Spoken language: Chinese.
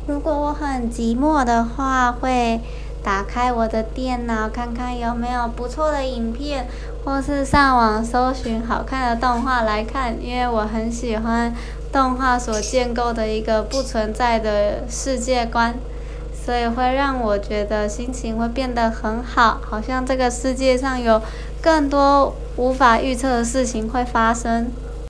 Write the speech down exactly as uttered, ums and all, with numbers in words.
如果我很寂寞的话，会打开我的电脑，看看有没有不错的影片，或是上网搜寻好看的动画来看，因为我很喜欢动画所建构的一个不存在的世界观，所以会让我觉得心情会变得很好，好像这个世界上有更多无法预测的事情会发生。